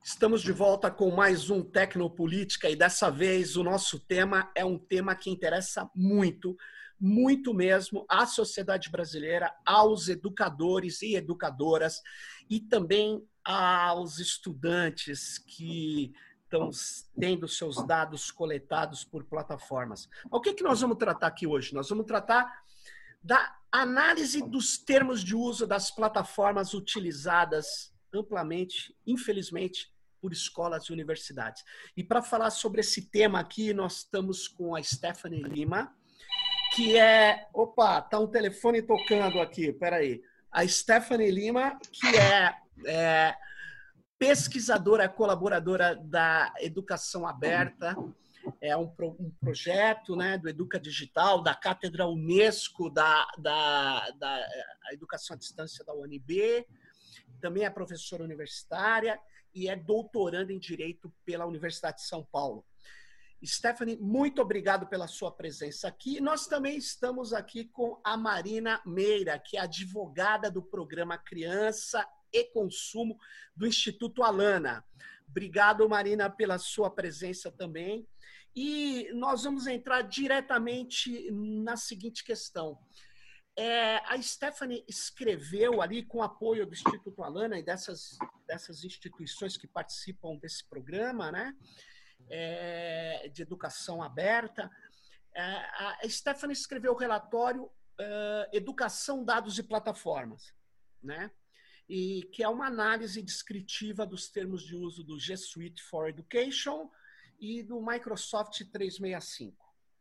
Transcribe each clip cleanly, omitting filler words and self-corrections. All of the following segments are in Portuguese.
Estamos de volta com mais um Tecnopolítica e dessa vez o nosso tema é um tema que interessa muito, muito mesmo à sociedade brasileira, aos educadores e educadoras e também aos estudantes que estão tendo seus dados coletados por plataformas. O que nós vamos tratar aqui hoje? Nós vamos tratar da análise dos termos de uso das plataformas utilizadas amplamente, infelizmente, por escolas e universidades. E para falar sobre esse tema aqui, nós estamos com a Stephanie Lima, que é... Opa, tá um telefone tocando aqui, peraí. A Stephanie Lima, que é pesquisadora, colaboradora da Educação Aberta, é um projeto, né, do Educa Digital, da Cátedra Unesco da Educação à Distância da UNB, também é professora universitária e é doutoranda em Direito pela Universidade de São Paulo. Stephanie, muito obrigado pela sua presença aqui. Nós também estamos aqui com a Marina Meira, que é advogada do programa Criança e Consumo do Instituto Alana. Obrigado, Marina, pela sua presença também. E nós vamos entrar diretamente na seguinte questão. A Stephanie escreveu ali, com apoio do Instituto Alana e dessas instituições que participam desse programa, né, de educação aberta, a Stephanie escreveu o relatório Educação, Dados e Plataformas, né, e que é uma análise descritiva dos termos de uso do G Suite for Education e do Microsoft 365.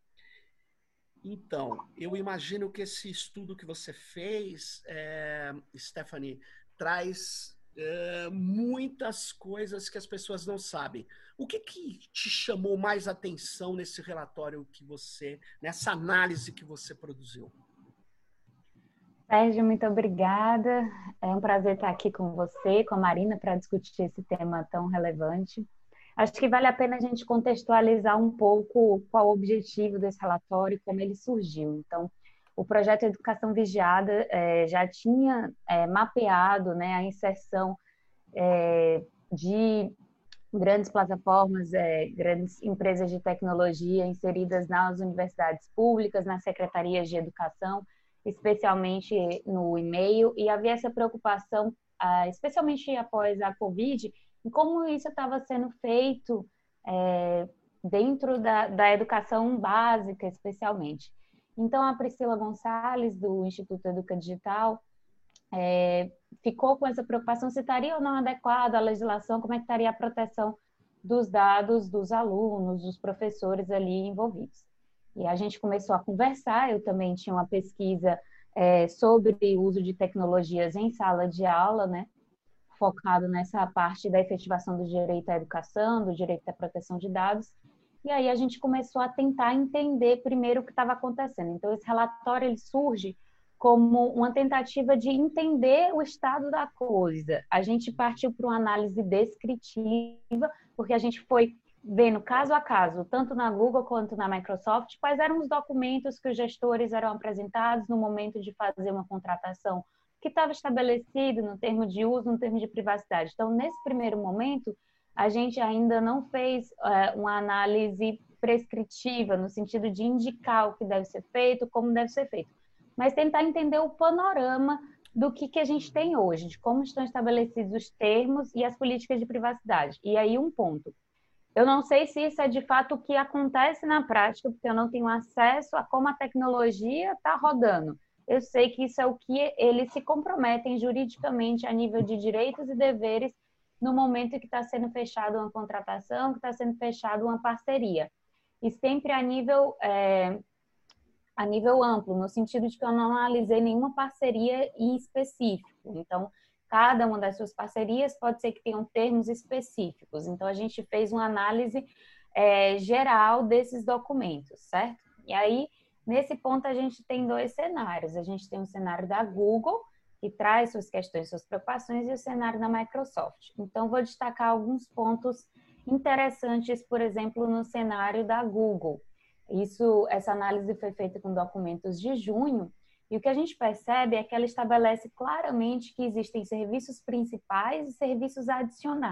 Então, eu imagino que esse estudo que você fez, Stephanie, traz muitas coisas que as pessoas não sabem. O que te chamou mais atenção nesse relatório que você, nessa análise que você produziu? Sérgio, muito obrigada. É um prazer estar aqui com você, com a Marina, para discutir esse tema tão relevante. Acho que vale a pena a gente contextualizar um pouco qual o objetivo desse relatório e como ele surgiu. Então, o projeto Educação Vigiada já tinha mapeado, né, a inserção de grandes plataformas, grandes empresas de tecnologia inseridas nas universidades públicas, nas secretarias de educação, especialmente no e-mail, e havia essa preocupação, especialmente após a Covid, em como isso estava sendo feito dentro da educação básica, especialmente. Então, a Priscila Gonçalves, do Instituto Educa Digital, ficou com essa preocupação se estaria ou não adequada a legislação, como é que estaria a proteção dos dados dos alunos, dos professores ali envolvidos. E a gente começou a conversar, eu também tinha uma pesquisa sobre o uso de tecnologias em sala de aula, né, focado nessa parte da efetivação do direito à educação, do direito à proteção de dados, e aí a gente começou a tentar entender primeiro o que estava acontecendo. Então, esse relatório ele surge como uma tentativa de entender o estado da coisa. A gente partiu para uma análise descritiva, porque a gente foi vendo caso a caso, tanto na Google quanto na Microsoft, quais eram os documentos que os gestores eram apresentados no momento de fazer uma contratação que estava estabelecido no termo de uso, no termo de privacidade. Então, nesse primeiro momento, a gente ainda não fez uma análise prescritiva, no sentido de indicar o que deve ser feito, como deve ser feito, mas tentar entender o panorama do que a gente tem hoje, de como estão estabelecidos os termos e as políticas de privacidade. E aí, um ponto. Eu não sei se isso é de fato o que acontece na prática, porque eu não tenho acesso a como a tecnologia está rodando. Eu sei que isso é o que eles se comprometem juridicamente a nível de direitos e deveres no momento que está sendo fechada uma contratação, que está sendo fechada uma parceria. E sempre a nível amplo, no sentido de que eu não analisei nenhuma parceria em específico. Então, cada uma das suas parcerias pode ser que tenham termos específicos. Então, a gente fez uma análise geral desses documentos, certo? E aí, nesse ponto, a gente tem dois cenários. A gente tem um cenário da Google, que traz suas questões, suas preocupações, e o cenário da Microsoft. Então, vou destacar alguns pontos interessantes, por exemplo, no cenário da Google. Essa análise foi feita com documentos de junho, e o que a gente percebe é que ela estabelece claramente que existem serviços principais e serviços adicionais.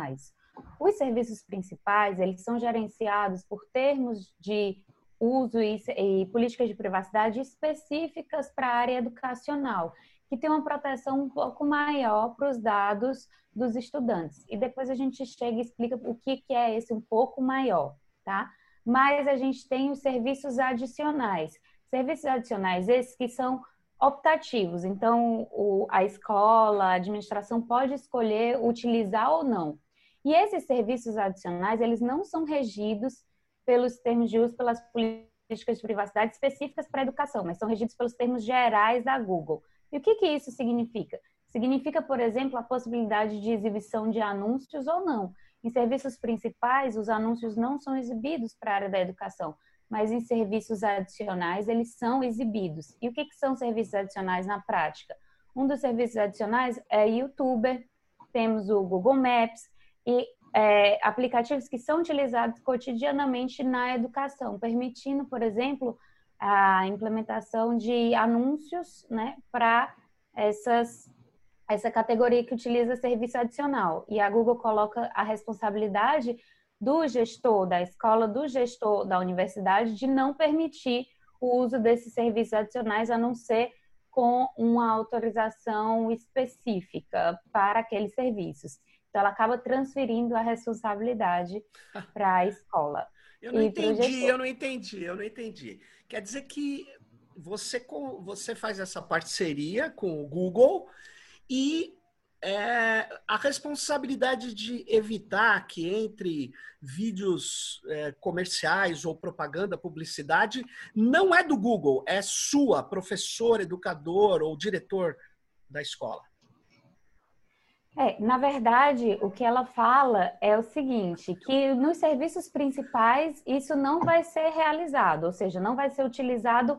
Os serviços principais, eles são gerenciados por termos de uso e políticas de privacidade específicas para a área educacional, que tem uma proteção um pouco maior para os dados dos estudantes. E depois a gente chega e explica o que é esse um pouco maior, tá? Mas a gente tem os serviços adicionais. Serviços adicionais, esses que são optativos. Então, a escola, a administração pode escolher utilizar ou não. E esses serviços adicionais, eles não são regidos pelos termos de uso, pelas políticas de privacidade específicas para a educação, mas são regidos pelos termos gerais da Google. E o que isso significa? Significa, por exemplo, a possibilidade de exibição de anúncios ou não. Em serviços principais, os anúncios não são exibidos para a área da educação, mas em serviços adicionais, eles são exibidos. E o que são serviços adicionais na prática? Um dos serviços adicionais é YouTuber, temos o Google Maps e aplicativos que são utilizados cotidianamente na educação, permitindo, por exemplo, a implementação de anúncios, né, para essa categoria que utiliza serviço adicional. E a Google coloca a responsabilidade do gestor da escola, do gestor da universidade, de não permitir o uso desses serviços adicionais, a não ser com uma autorização específica para aqueles serviços. Então, ela acaba transferindo a responsabilidade para a escola. Eu não entendi. Quer dizer que você faz essa parceria com o Google e a responsabilidade de evitar que entre vídeos comerciais ou propaganda, publicidade, não é do Google, é sua, professor, educador ou diretor da escola. Na verdade, o que ela fala é o seguinte, que nos serviços principais isso não vai ser realizado, ou seja, não vai ser utilizado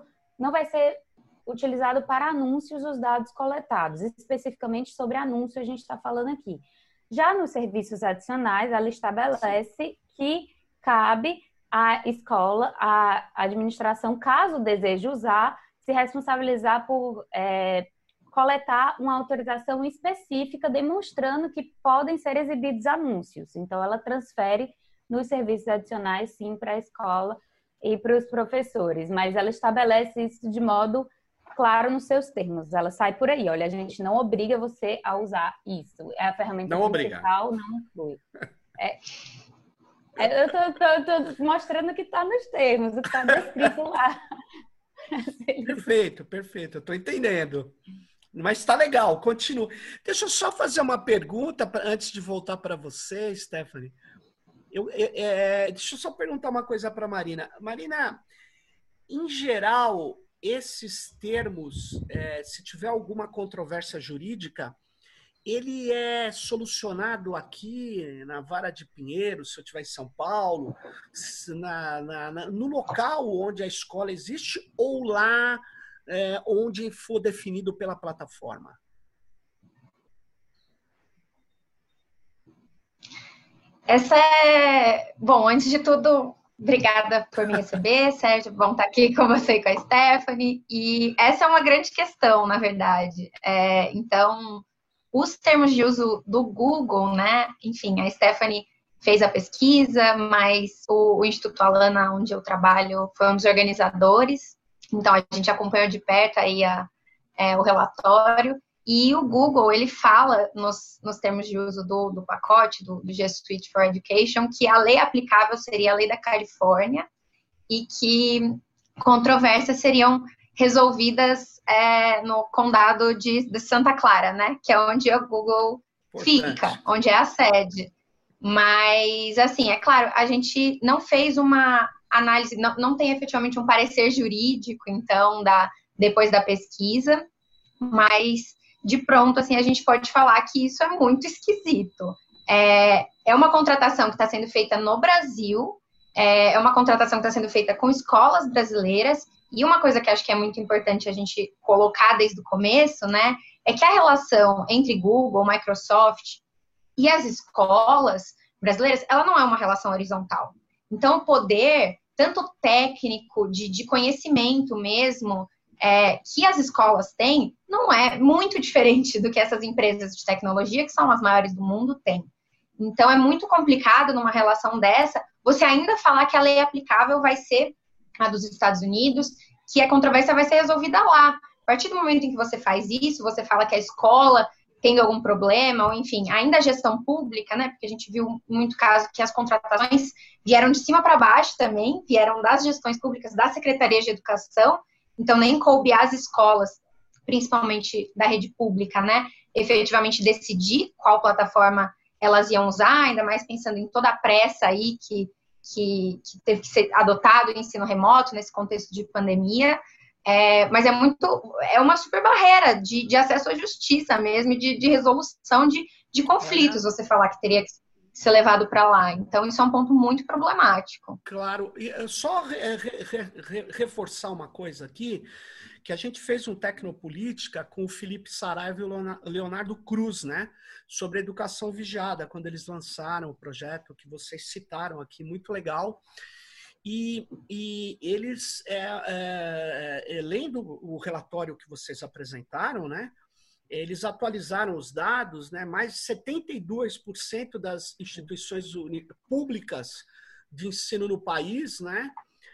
para anúncios os dados coletados, especificamente sobre anúncio a gente está falando aqui. Já nos serviços adicionais, ela estabelece que cabe à escola, à administração, caso deseje usar, se responsabilizar por coletar uma autorização específica demonstrando que podem ser exibidos anúncios. Então, ela transfere nos serviços adicionais, sim, para a escola e para os professores, mas ela estabelece isso de modo claro nos seus termos. Ela sai por aí, olha, a gente não obriga você a usar isso. É a ferramenta não principal, obriga. Não inclui. Eu estou mostrando que está nos termos, o que está descrito lá. Perfeito, eu estou entendendo. Mas está legal, continua. Deixa eu só fazer uma pergunta antes de voltar para você, Stephanie. Deixa eu só perguntar uma coisa para a Marina. Marina, em geral, esses termos, se tiver alguma controvérsia jurídica, ele é solucionado aqui na Vara de Pinheiros, se eu estiver em São Paulo, no local onde a escola existe ou lá onde for definido pela plataforma? Bom, antes de tudo, obrigada por me receber, Sérgio, bom estar aqui com você e com a Stephanie, e essa é uma grande questão, na verdade. Então, os termos de uso do Google, né, enfim, a Stephanie fez a pesquisa, mas o Instituto Alana, onde eu trabalho, foi um dos organizadores, então a gente acompanhou de perto aí o relatório, e o Google, ele fala nos termos de uso do pacote, do G Suite for Education, que a lei aplicável seria a lei da Califórnia e que controvérsias seriam resolvidas no condado de Santa Clara, né? Que é onde o Google fica, onde é a sede. Mas, assim, é claro, a gente não fez uma análise, não tem efetivamente um parecer jurídico, então, depois da pesquisa, mas de pronto, assim, a gente pode falar que isso é muito esquisito. É uma contratação que está sendo feita no Brasil, é uma contratação que está sendo feita com escolas brasileiras, e uma coisa que acho que é muito importante a gente colocar desde o começo, né, é que a relação entre Google, Microsoft e as escolas brasileiras, ela não é uma relação horizontal. Então, o poder, tanto técnico, de conhecimento mesmo, que as escolas têm, não é muito diferente do que essas empresas de tecnologia, que são as maiores do mundo, têm. Então, é muito complicado numa relação dessa, você ainda falar que a lei aplicável vai ser a dos Estados Unidos, que a controvérsia vai ser resolvida lá. A partir do momento em que você faz isso, você fala que a escola tem algum problema, ou enfim, ainda a gestão pública, né? Porque a gente viu muito caso que as contratações vieram de cima para baixo também, vieram das gestões públicas, da Secretaria de Educação, então nem coube às escolas, principalmente da rede pública, né? Efetivamente decidir qual plataforma elas iam usar, ainda mais pensando em toda a pressa aí que teve que ser adotado o ensino remoto nesse contexto de pandemia, mas é uma super barreira de acesso à justiça mesmo, de resolução de conflitos, você falar que teria que ser levado para lá. Então, isso é um ponto muito problemático. Claro. E só reforçar uma coisa aqui, que a gente fez um Tecnopolítica com o Felipe Saraiva e o Leonardo Cruz, né? Sobre educação vigiada, quando eles lançaram o projeto que vocês citaram aqui, muito legal. E eles, lendo o relatório que vocês apresentaram, né? Eles atualizaram os dados, né? Mais de 72% das instituições públicas de ensino no país, né?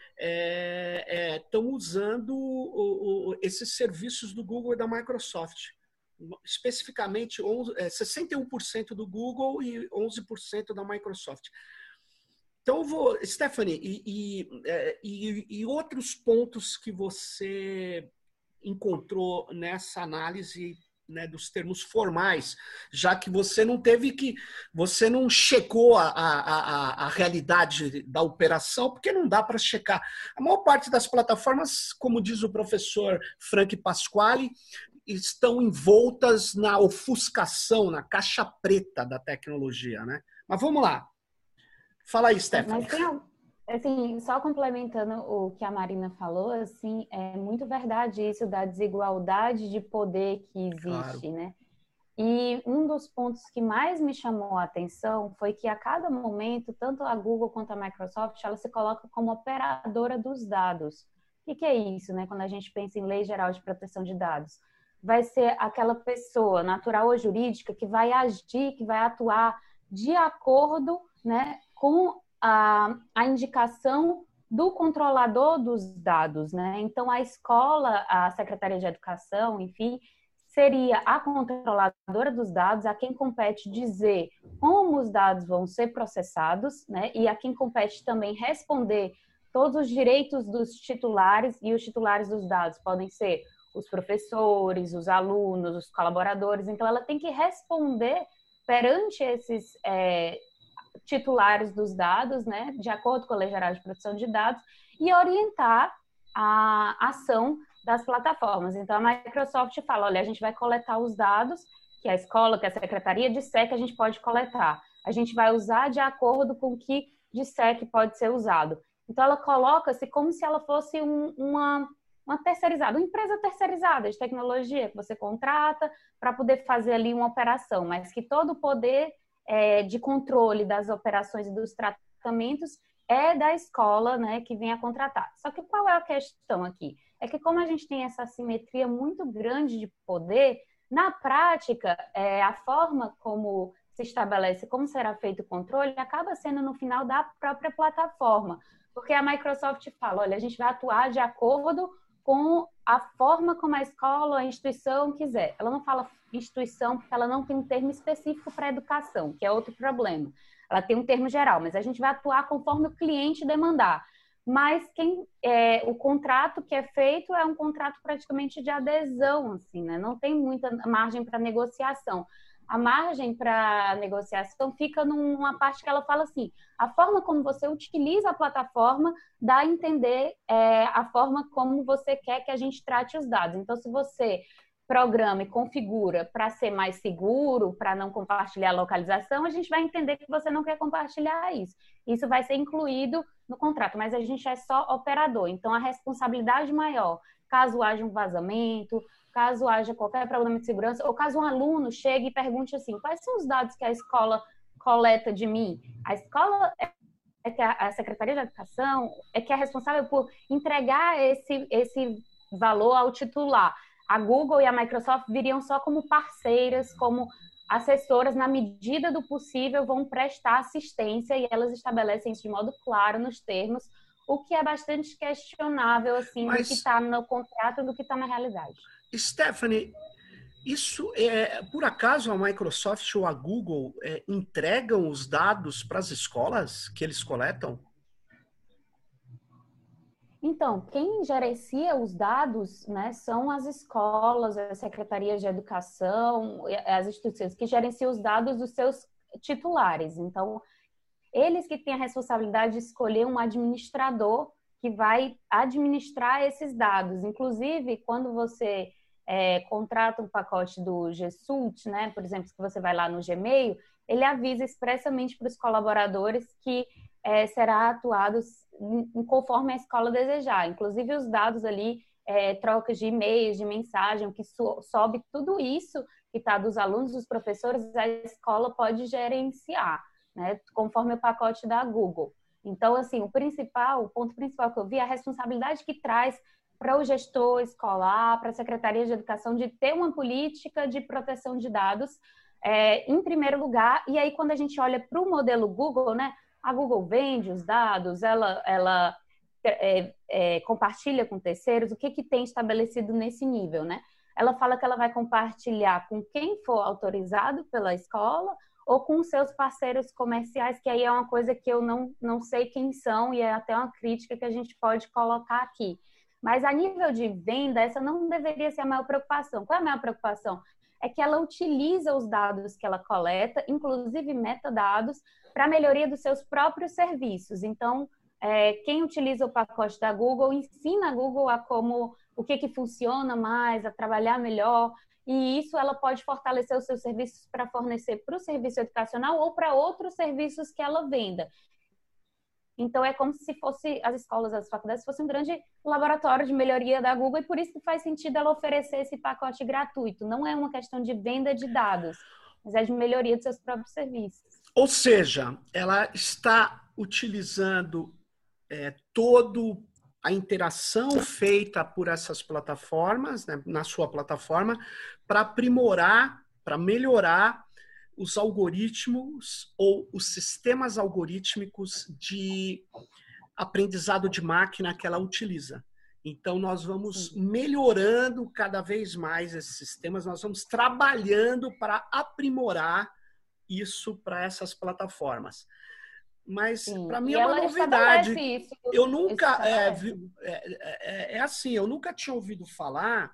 Estão usando esses serviços do Google e da Microsoft. Especificamente, 61% do Google e 11% da Microsoft. Então, Stephanie, e outros pontos que você encontrou nessa análise, né, dos termos formais, já que você não checou a realidade da operação, porque não dá para checar. A maior parte das plataformas, como diz o professor Frank Pasquale, estão envoltas na ofuscação, na caixa preta da tecnologia, né? Mas vamos lá. Fala aí, Stephanie. Mas assim, só complementando o que a Marina falou, assim, é muito verdade isso da desigualdade de poder que existe, claro, né? E um dos pontos que mais me chamou a atenção foi que a cada momento, tanto a Google quanto a Microsoft, ela se coloca como operadora dos dados. O que é isso, né? Quando a gente pensa em Lei Geral de Proteção de Dados, vai ser aquela pessoa, natural ou jurídica, que vai agir, que vai atuar de acordo, né, com a indicação do controlador dos dados, né? Então, a escola, a Secretaria de Educação, enfim, seria a controladora dos dados, a quem compete dizer como os dados vão ser processados, né? E a quem compete também responder todos os direitos dos titulares, e os titulares dos dados podem ser os professores, os alunos, os colaboradores. Então, ela tem que responder perante esses titulares dos dados, né, de acordo com a Lei Geral de Proteção de Dados, e orientar a ação das plataformas. Então, a Microsoft fala, olha, a gente vai coletar os dados que a escola, que a secretaria disser que a gente pode coletar. A gente vai usar de acordo com o que disser que pode ser usado. Então, ela coloca-se como se ela fosse uma terceirizada, uma empresa terceirizada de tecnologia que você contrata para poder fazer ali uma operação, mas que todo o poder de controle das operações e dos tratamentos é da escola, né, que vem a contratar. Só que qual é a questão aqui? É que como a gente tem essa assimetria muito grande de poder, na prática, a forma como se estabelece, como será feito o controle, acaba sendo no final da própria plataforma. Porque a Microsoft fala, olha, a gente vai atuar de acordo com a forma como a escola ou a instituição quiser. Ela não fala instituição porque ela não tem um termo específico para educação, que é outro problema. Ela tem um termo geral, mas a gente vai atuar conforme o cliente demandar. Mas o contrato que é feito é um contrato praticamente de adesão, assim, né? Não tem muita margem para negociação. A margem para negociação fica numa parte que ela fala assim, a forma como você utiliza a plataforma dá a entender a forma como você quer que a gente trate os dados. Então, se você programa e configura para ser mais seguro, para não compartilhar a localização, a gente vai entender que você não quer compartilhar isso. Isso vai ser incluído no contrato, mas a gente é só operador. Então, a responsabilidade maior, caso haja um vazamento, caso haja qualquer problema de segurança, ou caso um aluno chegue e pergunte assim, quais são os dados que a escola coleta de mim? A escola que a Secretaria de Educação é que é responsável por entregar esse valor ao titular. A Google e a Microsoft viriam só como parceiras, como assessoras, na medida do possível, vão prestar assistência e elas estabelecem isso de modo claro nos termos, o que é bastante questionável, assim, do que está no contrato e do que está na realidade. Stephanie, isso por acaso a Microsoft ou a Google entregam os dados para as escolas que eles coletam? Então, quem gerencia os dados, né, são as escolas, as secretarias de educação, as instituições que gerenciam os dados dos seus titulares. Então, eles que têm a responsabilidade de escolher um administrador que vai administrar esses dados. Inclusive, quando você contrata um pacote do G Suite, né, por exemplo, que você vai lá no Gmail, ele avisa expressamente para os colaboradores que será atuado conforme a escola desejar. Inclusive, os dados ali, trocas de e-mails, de mensagem, que sobe tudo isso que está dos alunos, dos professores, a escola pode gerenciar, né, conforme o pacote da Google. Então, assim, o ponto principal que eu vi é a responsabilidade que traz para o gestor escolar, para a Secretaria de Educação, de ter uma política de proteção de dados em primeiro lugar. E aí, quando a gente olha para o modelo Google, né, a Google vende os dados, ela compartilha com terceiros, o que tem estabelecido nesse nível, né? Ela fala que ela vai compartilhar com quem for autorizado pela escola ou com seus parceiros comerciais, que aí é uma coisa que eu não sei quem são e é até uma crítica que a gente pode colocar aqui. Mas a nível de venda, essa não deveria ser a maior preocupação. Qual é a maior preocupação? É que ela utiliza os dados que ela coleta, inclusive metadados, para a melhoria dos seus próprios serviços. Então, quem utiliza o pacote da Google ensina a Google o que funciona mais, a trabalhar melhor, e isso ela pode fortalecer os seus serviços para fornecer para o serviço educacional ou para outros serviços que ela venda. Então, é como se fosse as escolas, as faculdades, fossem um grande laboratório de melhoria da Google, e por isso que faz sentido ela oferecer esse pacote gratuito. Não é uma questão de venda de dados, mas é de melhoria dos seus próprios serviços. Ou seja, ela está utilizando toda a interação feita por essas plataformas, né, na sua plataforma, para aprimorar, para melhorar os algoritmos ou os sistemas algorítmicos de aprendizado de máquina que ela utiliza. Então, nós vamos melhorando cada vez mais esses sistemas, nós vamos trabalhando para aprimorar isso para essas plataformas. Mas, para mim, é uma novidade. Isso, eu nunca... assim, eu nunca tinha ouvido falar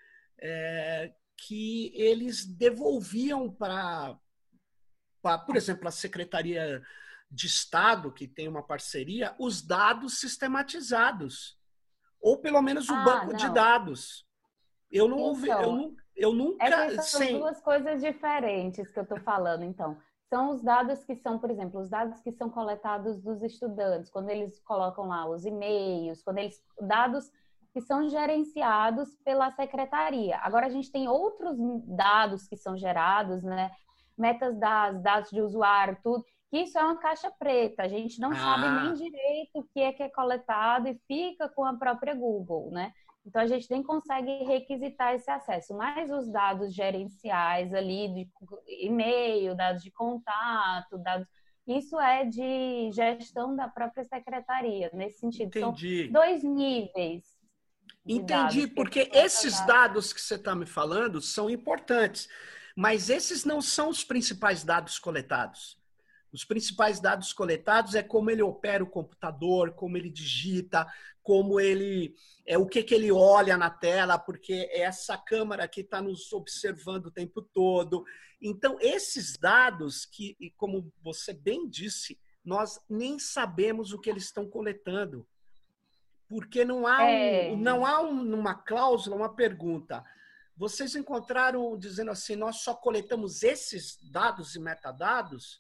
que eles devolviam para, por exemplo, a Secretaria de Estado, que tem uma parceria, os dados sistematizados. Ou, pelo menos, o banco de dados. Eu não ouvi... Eu nunca... São duas coisas diferentes que eu estou falando, então. São os dados que são, por exemplo, os dados que são coletados dos estudantes, quando eles colocam lá os e-mails, dados que são gerenciados pela secretaria. Agora, a gente tem outros dados que são gerados, né? Dados de usuário, tudo, que isso é uma caixa preta. A gente não sabe nem direito o que é coletado e fica com a própria Google, né? Então, a gente nem consegue requisitar esse acesso, mas os dados gerenciais ali, de e-mail, dados de contato, isso é de gestão da própria secretaria, nesse sentido. Entendi. São dois níveis. Entendi, porque esses dados que você está me falando são importantes, mas esses não são os principais dados coletados. Os principais dados coletados é como ele opera o computador, como ele digita, como ele o que ele olha na tela, porque é essa câmera que está nos observando o tempo todo. Então, esses dados que, como você bem disse, nós nem sabemos o que eles estão coletando. Porque não há uma cláusula, uma pergunta. Vocês encontraram dizendo assim, nós só coletamos esses dados e metadados?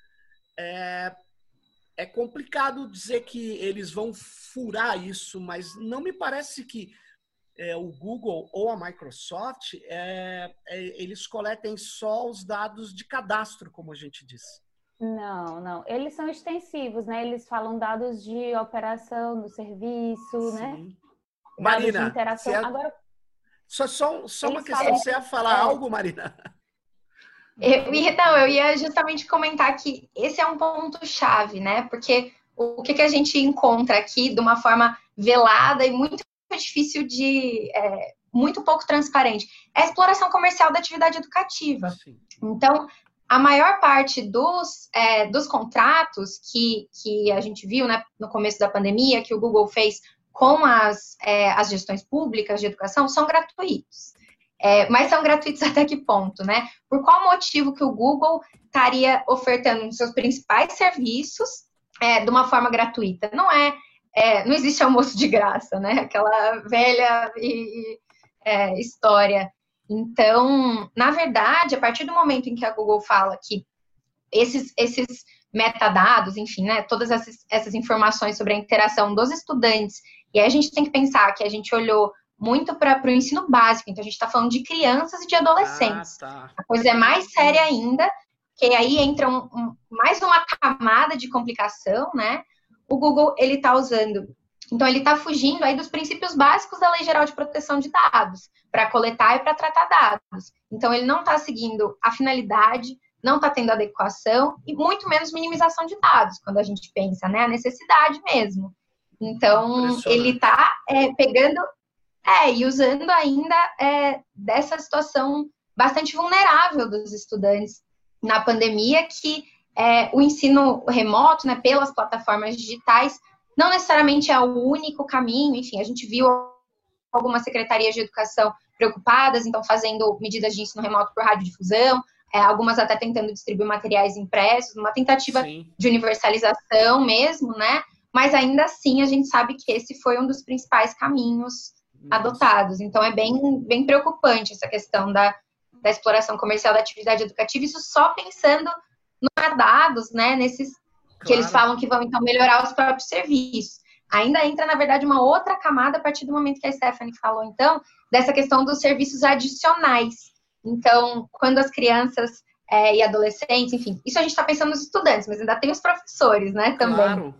É complicado dizer que eles vão furar isso, mas não me parece que o Google ou a Microsoft eles coletem só os dados de cadastro, como a gente disse. Não. Eles são extensivos, né? Eles falam dados de operação do serviço, né? Marina, dados de interação. Agora, só uma questão, você ia falar algo, Marina? Eu ia justamente comentar que esse é um ponto-chave, né? Porque o que a gente encontra aqui de uma forma velada e muito difícil muito pouco transparente, é a exploração comercial da atividade educativa. Sim. Então, a maior parte dos contratos que a gente viu, né, no começo da pandemia, que o Google fez com as gestões públicas de educação, são gratuitos. Mas são gratuitos até que ponto, né? Por qual motivo que o Google estaria ofertando os seus principais serviços de uma forma gratuita? Não existe almoço de graça, né? Aquela velha história. Então, na verdade, a partir do momento em que a Google fala que esses metadados, enfim, né, todas essas informações sobre a interação dos estudantes, e aí a gente tem que pensar que a gente olhou muito para o ensino básico, então a gente está falando de crianças e de adolescentes. A coisa é mais séria ainda, que aí entra mais uma camada de complicação, né? O Google, ele está usando... Então, ele está fugindo aí dos princípios básicos da Lei Geral de Proteção de Dados, para coletar e para tratar dados. Então, ele não está seguindo a finalidade, não está tendo adequação e muito menos minimização de dados, quando a gente pensa, né? A necessidade mesmo. Então, ele está pegando e usando ainda dessa situação bastante vulnerável dos estudantes na pandemia, que o ensino remoto, né, pelas plataformas digitais, não necessariamente é o único caminho. Enfim, a gente viu algumas secretarias de educação preocupadas, então fazendo medidas de ensino remoto por radiodifusão, algumas até tentando distribuir materiais impressos, uma tentativa de universalização mesmo, né? Mas ainda assim a gente sabe que esse foi um dos principais caminhos adotados. Então é bem preocupante essa questão da exploração comercial da atividade educativa, isso só pensando nos dados, né? Nesses que eles falam que vão, então, melhorar os próprios serviços. Ainda entra, na verdade, uma outra camada a partir do momento que a Stephanie falou, então, dessa questão dos serviços adicionais. Então, quando as crianças e adolescentes, enfim, isso a gente está pensando nos estudantes, mas ainda tem os professores, né, também. Claro.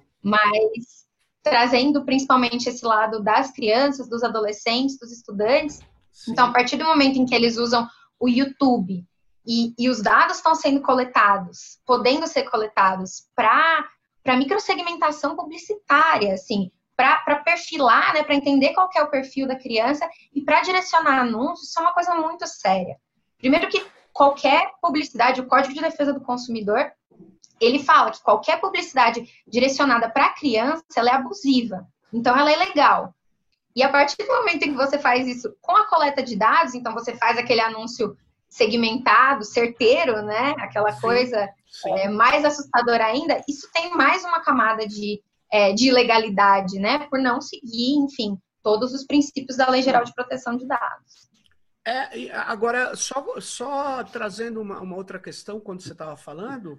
Mas trazendo principalmente esse lado das crianças, dos adolescentes, dos estudantes. Sim. Então, a partir do momento em que eles usam o YouTube e os dados estão sendo coletados, podendo ser coletados para microsegmentação publicitária, assim, para perfilar, né, para entender qual que é o perfil da criança e para direcionar anúncios, isso é uma coisa muito séria. Primeiro que qualquer publicidade, o Código de Defesa do Consumidor, ele fala que qualquer publicidade direcionada para a criança, ela é abusiva. Então, ela é ilegal. E a partir do momento em que você faz isso com a coleta de dados, então você faz aquele anúncio segmentado, certeiro, né? Aquela coisa mais assustadora ainda, isso tem mais uma camada de ilegalidade, né? Por não seguir, enfim, todos os princípios da Lei Geral de Proteção de Dados. Agora, só trazendo uma outra questão, quando você estava falando,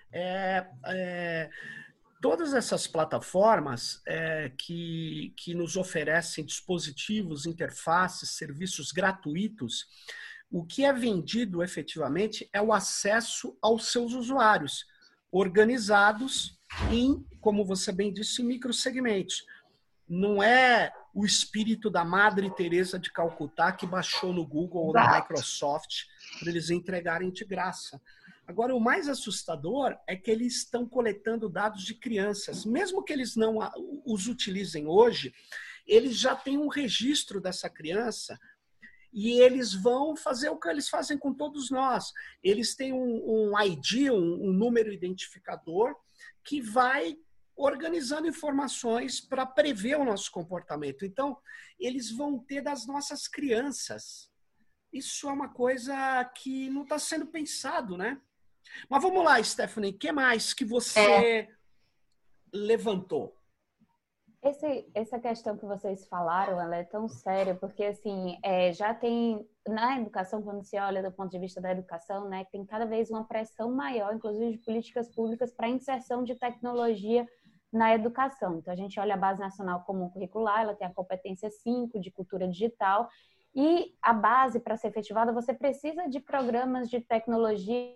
todas essas plataformas que nos oferecem dispositivos, interfaces, serviços gratuitos, o que é vendido efetivamente é o acesso aos seus usuários, organizados em, como você bem disse, microsegmentos. Não é o espírito da Madre Teresa de Calcutá que baixou no Google ou na Microsoft para eles entregarem de graça. Agora, o mais assustador é que eles estão coletando dados de crianças. Mesmo que eles não os utilizem hoje, eles já têm um registro dessa criança e eles vão fazer o que eles fazem com todos nós. Eles têm um ID, um número identificador, que vai organizando informações para prever o nosso comportamento. Então, eles vão ter das nossas crianças. Isso é uma coisa que não está sendo pensado, né? Mas vamos lá, Stephanie, o que mais que você levantou? Essa questão que vocês falaram, ela é tão séria, porque assim, já tem, na educação, quando se olha do ponto de vista da educação, né, tem cada vez uma pressão maior, inclusive de políticas públicas para a inserção de tecnologia na educação. Então, a gente olha a Base Nacional Comum Curricular, ela tem a competência 5 de cultura digital, e a base, para ser efetivada, você precisa de programas de tecnologia.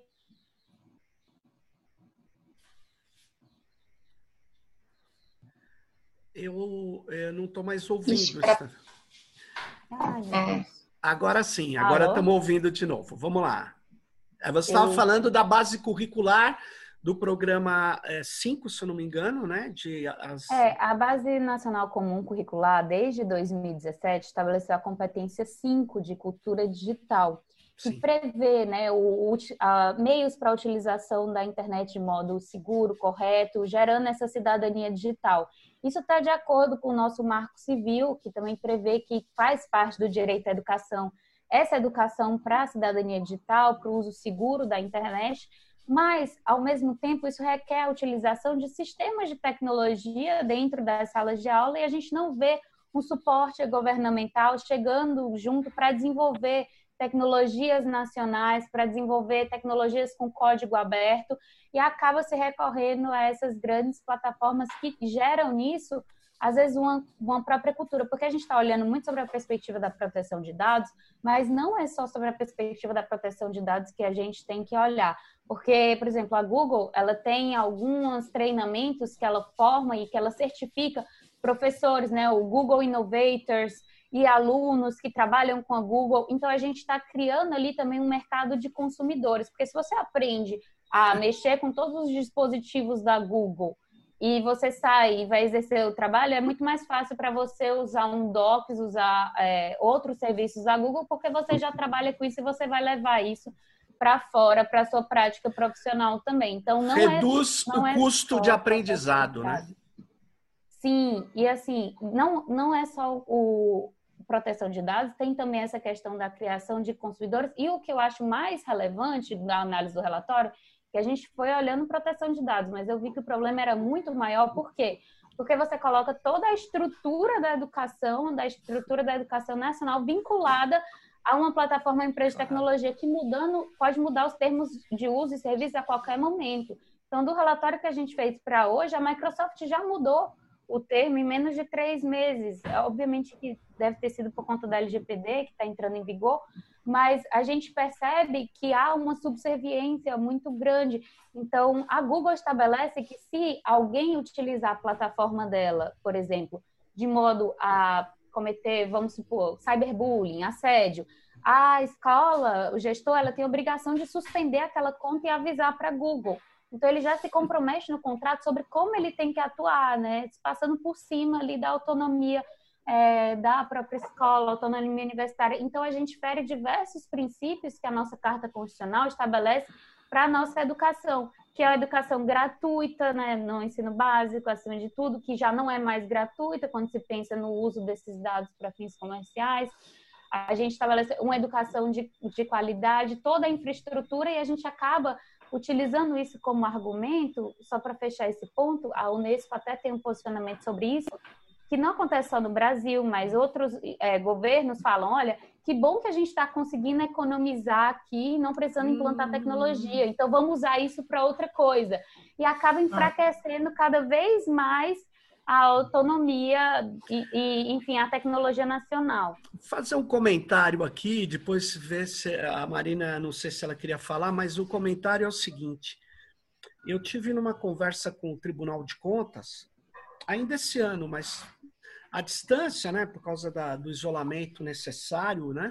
Eu não estou mais ouvindo. Ai, agora sim, agora estamos ouvindo de novo. Vamos lá. Você estava falando da base curricular do programa 5, se eu não me engano, né? A Base Nacional Comum Curricular, desde 2017, estabeleceu a competência 5 de cultura digital, que prevê, né, meios para a utilização da internet de modo seguro, correto, gerando essa cidadania digital. Isso está de acordo com o nosso Marco Civil, que também prevê que faz parte do direito à educação, essa educação para a cidadania digital, para o uso seguro da internet, mas, ao mesmo tempo, isso requer a utilização de sistemas de tecnologia dentro das salas de aula e a gente não vê um suporte governamental chegando junto para desenvolver tecnologias nacionais, para desenvolver tecnologias com código aberto e acaba se recorrendo a essas grandes plataformas que geram nisso, às vezes, uma própria cultura, porque a gente está olhando muito sobre a perspectiva da proteção de dados, mas não é só sobre a perspectiva da proteção de dados que a gente tem que olhar. Porque, por exemplo, a Google, ela tem alguns treinamentos que ela forma e que ela certifica professores, né? O Google Innovators e alunos que trabalham com a Google. Então, a gente está criando ali também um mercado de consumidores. Porque se você aprende a mexer com todos os dispositivos da Google e você sai e vai exercer o trabalho, é muito mais fácil para você usar um Docs, usar outros serviços da Google, porque você já trabalha com isso e você vai levar isso para fora, para a sua prática profissional também. Então, reduz o custo de aprendizado, né? Sim, e assim, não é só o proteção de dados, tem também essa questão da criação de consumidores, e o que eu acho mais relevante da análise do relatório, que a gente foi olhando proteção de dados, mas eu vi que o problema era muito maior, por quê? Porque você coloca toda a estrutura da educação nacional vinculada a uma plataforma, uma empresa de tecnologia que pode mudar os termos de uso e serviço a qualquer momento. Então, do relatório que a gente fez para hoje, a Microsoft já mudou o termo em menos de 3 meses. Obviamente que deve ter sido por conta da LGPD, que está entrando em vigor, mas a gente percebe que há uma subserviência muito grande. Então, a Google estabelece que se alguém utilizar a plataforma dela, por exemplo, de modo a cometer, vamos supor, cyberbullying, assédio, a escola, o gestor, ela tem a obrigação de suspender aquela conta e avisar para a Google. Então, ele já se compromete no contrato sobre como ele tem que atuar, né? Passando por cima ali da autonomia da própria escola, autonomia universitária. Então, a gente fere diversos princípios que a nossa Carta Constitucional estabelece para a nossa educação, que é a educação gratuita, né, no ensino básico, acima de tudo, que já não é mais gratuita quando se pensa no uso desses dados para fins comerciais. A gente estabelece uma educação de qualidade, toda a infraestrutura, e a gente acaba utilizando isso como argumento, só para fechar esse ponto, a Unesco até tem um posicionamento sobre isso, que não acontece só no Brasil, mas outros governos falam, olha, que bom que a gente está conseguindo economizar aqui, não precisando implantar tecnologia, então vamos usar isso para outra coisa. E acaba enfraquecendo cada vez mais a autonomia e, enfim, a tecnologia nacional. Vou fazer um comentário aqui, depois ver se a Marina, não sei se ela queria falar, mas o comentário é o seguinte. Eu tive numa conversa com o Tribunal de Contas, ainda esse ano, mas à distância, né, por causa do isolamento necessário, né,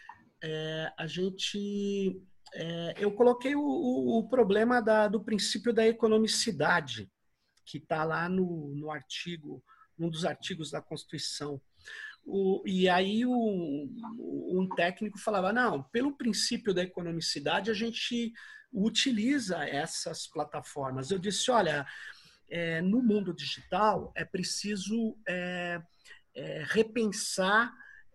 eu coloquei o problema do princípio da economicidade, que está lá no artigo, num dos artigos da Constituição. E aí um técnico falava, não, pelo princípio da economicidade a gente utiliza essas plataformas. Eu disse, olha, no mundo digital é preciso repensar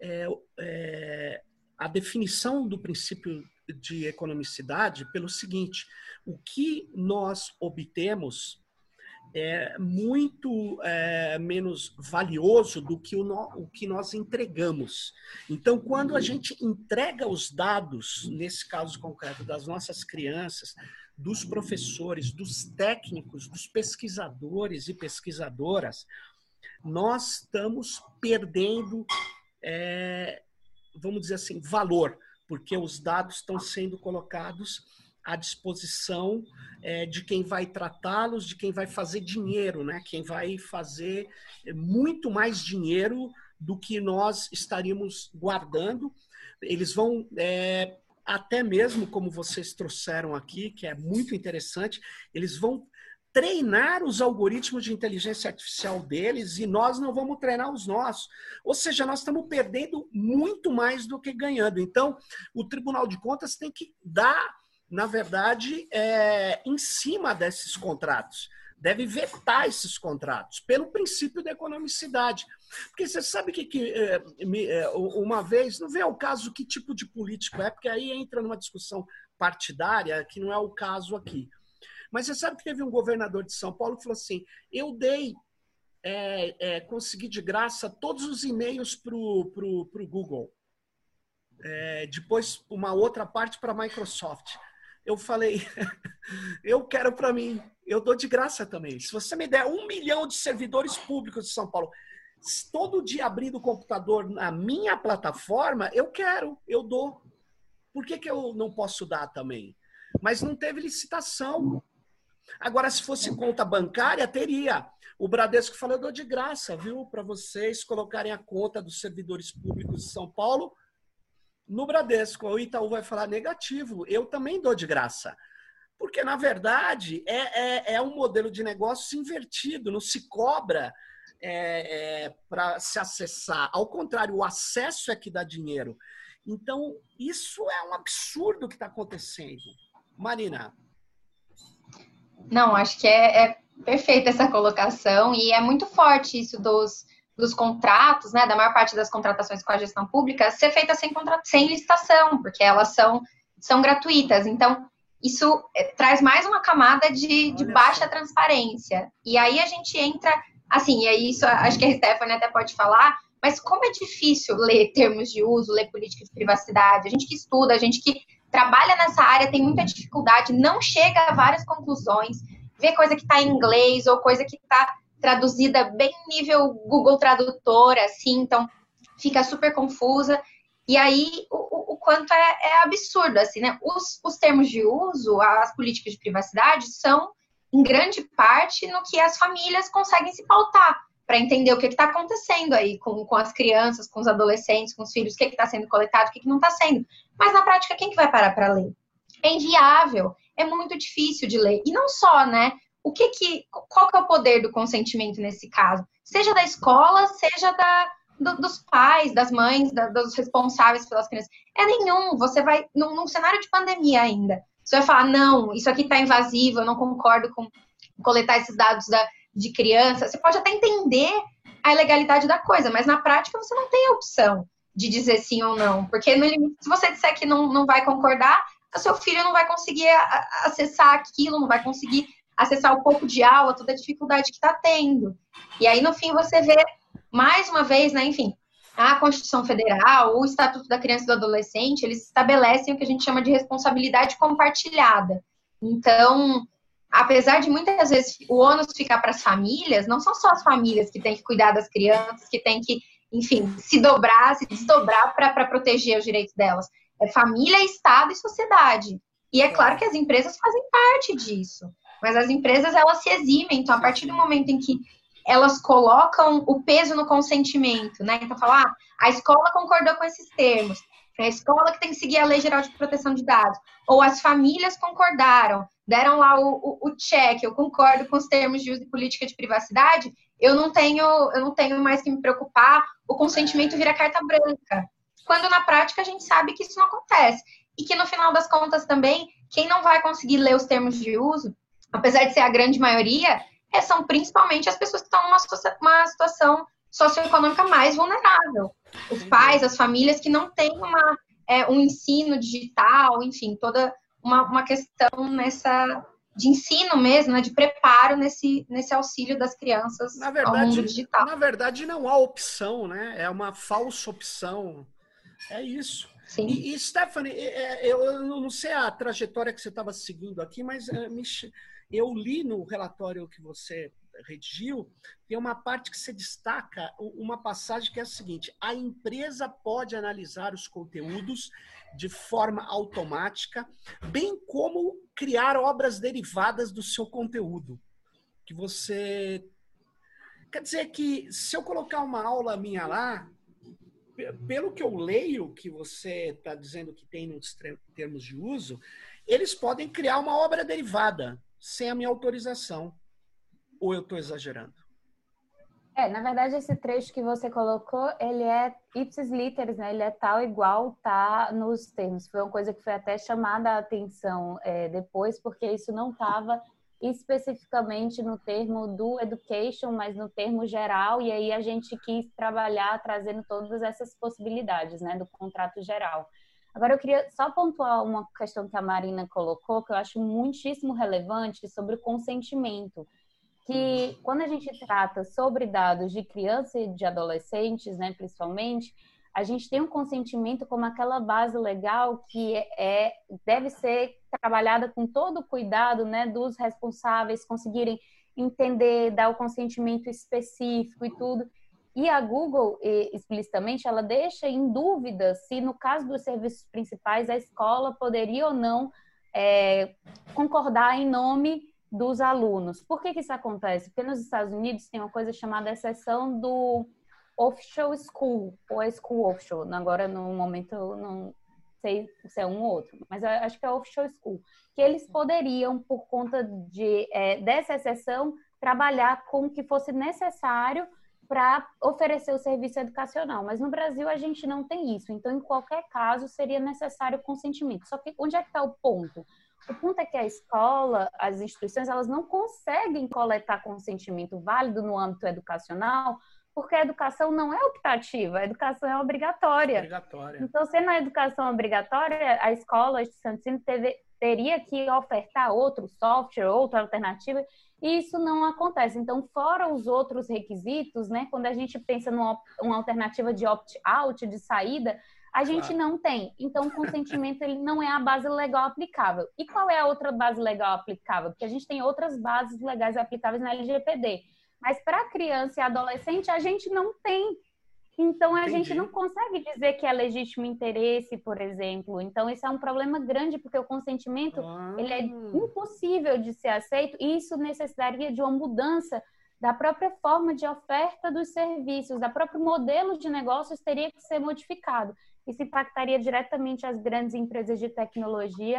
a definição do princípio de economicidade pelo seguinte, o que nós obtemos é muito menos valioso do que o que nós entregamos. Então, quando a gente entrega os dados, nesse caso concreto, das nossas crianças, dos professores, dos técnicos, dos pesquisadores e pesquisadoras, nós estamos perdendo, vamos dizer assim, valor, porque os dados estão sendo colocados à disposição de quem vai tratá-los, de quem vai fazer dinheiro, né? Quem vai fazer muito mais dinheiro do que nós estaríamos guardando. Eles vão até mesmo como vocês trouxeram aqui, que é muito interessante, eles vão treinar os algoritmos de inteligência artificial deles e nós não vamos treinar os nossos. Ou seja, nós estamos perdendo muito mais do que ganhando. Então, o Tribunal de Contas tem que dar, na verdade, em cima desses contratos. Deve vetar esses contratos, pelo princípio da economicidade. Porque você sabe uma vez, não vê o caso que tipo de político é, porque aí entra numa discussão partidária, que não é o caso aqui. Mas você sabe que teve um governador de São Paulo que falou assim, eu consegui de graça todos os e-mails para o Google. Depois, uma outra parte para a Microsoft. Eu falei, eu quero para mim, eu dou de graça também. Se você me der 1 milhão de servidores públicos de São Paulo, todo dia abrindo o computador na minha plataforma, eu quero, eu dou. Por que eu não posso dar também? Mas não teve licitação. Agora, se fosse conta bancária, teria. O Bradesco falou, eu dou de graça, viu? Para vocês colocarem a conta dos servidores públicos de São Paulo no Bradesco. O Itaú vai falar negativo, eu também dou de graça. Porque, na verdade, é um modelo de negócio invertido, não se cobra para se acessar. Ao contrário, o acesso é que dá dinheiro. Então, isso é um absurdo que está acontecendo. Marina. Não, acho que é perfeita essa colocação e é muito forte isso dos contratos, né, da maior parte das contratações com a gestão pública ser feita sem licitação, porque elas são gratuitas. Então, isso traz mais uma camada de baixa transparência. E aí a gente entra, assim, e aí isso acho que a Stephanie até pode falar, mas como é difícil ler termos de uso, ler política de privacidade, a gente que estuda, a gente que trabalha nessa área tem muita dificuldade, não chega a várias conclusões, vê coisa que está em inglês ou coisa que está traduzida bem nível Google Tradutor, assim, então fica super confusa. E aí o quanto é absurdo, assim, né? Os termos de uso, as políticas de privacidade são, em grande parte, no que as famílias conseguem se pautar para entender o que está acontecendo aí com as crianças, com os adolescentes, com os filhos, o que está sendo coletado, o que não está sendo. Mas, na prática, quem que vai parar para ler? É inviável, é muito difícil de ler. E não só, né? Qual que é o poder do consentimento nesse caso? Seja da escola, seja dos pais, das mães, dos responsáveis pelas crianças. Nenhum. Você vai, num cenário de pandemia ainda, você vai falar, não, isso aqui está invasivo, eu não concordo com coletar esses dados de criança. Você pode até entender a ilegalidade da coisa, mas na prática você não tem a opção de dizer sim ou não, porque no limite, se você disser que não vai concordar, o seu filho não vai conseguir acessar aquilo, não vai conseguir acessar o pouco de aula, toda a dificuldade que está tendo. E aí, no fim, você vê, mais uma vez, né, enfim, a Constituição Federal, o Estatuto da Criança e do Adolescente, eles estabelecem o que a gente chama de responsabilidade compartilhada. Então, apesar de muitas vezes o ônus ficar para as famílias, não são só as famílias que têm que cuidar das crianças, que têm que, enfim, se desdobrar para proteger os direitos delas. É família, Estado e sociedade. E é claro que as empresas fazem parte disso, mas as empresas, elas se eximem. Então, a partir do momento em que elas colocam o peso no consentimento, né? Então, falar, a escola concordou com esses termos, é a escola que tem que seguir a Lei Geral de Proteção de Dados, ou as famílias concordaram, deram lá o check, eu concordo com os termos de uso e política de privacidade, eu não tenho mais que me preocupar, o consentimento vira carta branca. Quando na prática a gente sabe que isso não acontece. E que no final das contas também, quem não vai conseguir ler os termos de uso, apesar de ser a grande maioria, são principalmente as pessoas que estão numa situação socioeconômica mais vulnerável. Os pais, as famílias que não têm um ensino digital, enfim, toda uma questão de ensino mesmo, né, de preparo nesse auxílio das crianças ao mundo digital. Na verdade, não há opção, né? É uma falsa opção. É isso. Sim. E Stephanie, eu não sei a trajetória que você estava seguindo aqui, mas eu li no relatório que você redigiu, tem uma parte que você destaca, uma passagem que é a seguinte: a empresa pode analisar os conteúdos de forma automática, bem como criar obras derivadas do seu conteúdo. Que você... Quer dizer que se eu colocar uma aula minha lá, pelo que eu leio, que você está dizendo que tem nos termos de uso, eles podem criar uma obra derivada sem a minha autorização. Ou eu estou exagerando? Na verdade, esse trecho que você colocou, ele é ipsis literis, né? Ele é tal igual tá nos termos. Foi uma coisa que foi até chamada a atenção depois, porque isso não estava especificamente no termo do education, mas no termo geral, e aí a gente quis trabalhar trazendo todas essas possibilidades, né, do contrato geral. Agora, eu queria só pontuar uma questão que a Marina colocou, que eu acho muitíssimo relevante, sobre o consentimento. Que quando a gente trata sobre dados de crianças e de adolescentes, né, principalmente, a gente tem um consentimento como aquela base legal que deve ser trabalhada com todo o cuidado, né, dos responsáveis conseguirem entender, dar o consentimento específico e tudo. E a Google, explicitamente, ela deixa em dúvida se, no caso dos serviços principais, a escola poderia ou não concordar em nome dos alunos. Por que isso acontece? Porque nos Estados Unidos tem uma coisa chamada exceção do official school, ou é school official. Agora, no momento, eu não sei se é um ou outro, mas eu acho que é official school. Que eles poderiam, por conta dessa exceção, trabalhar com o que fosse necessário para oferecer o serviço educacional. Mas no Brasil a gente não tem isso. Então, em qualquer caso, seria necessário consentimento. Só que onde é que está o ponto? O ponto é que a escola, as instituições, elas não conseguem coletar consentimento válido no âmbito educacional, porque a educação não é optativa, a educação é obrigatória. Então, sendo a educação obrigatória, a escola, a instituição de ensino teria que ofertar outro software, outra alternativa, e isso não acontece. Então, fora os outros requisitos, né, quando a gente pensa numa alternativa de opt-out, de saída, a gente não tem. Então, o consentimento ele não é a base legal aplicável. E qual é a outra base legal aplicável? Porque a gente tem outras bases legais aplicáveis na LGPD. Mas para criança e adolescente, a gente não tem. Então, a gente não consegue dizer que é legítimo interesse, por exemplo. Então, isso é um problema grande, porque o consentimento ele é impossível de ser aceito, e isso necessitaria de uma mudança da própria forma de oferta dos serviços, da próprio modelo de negócios teria que ser modificado. Isso impactaria diretamente as grandes empresas de tecnologia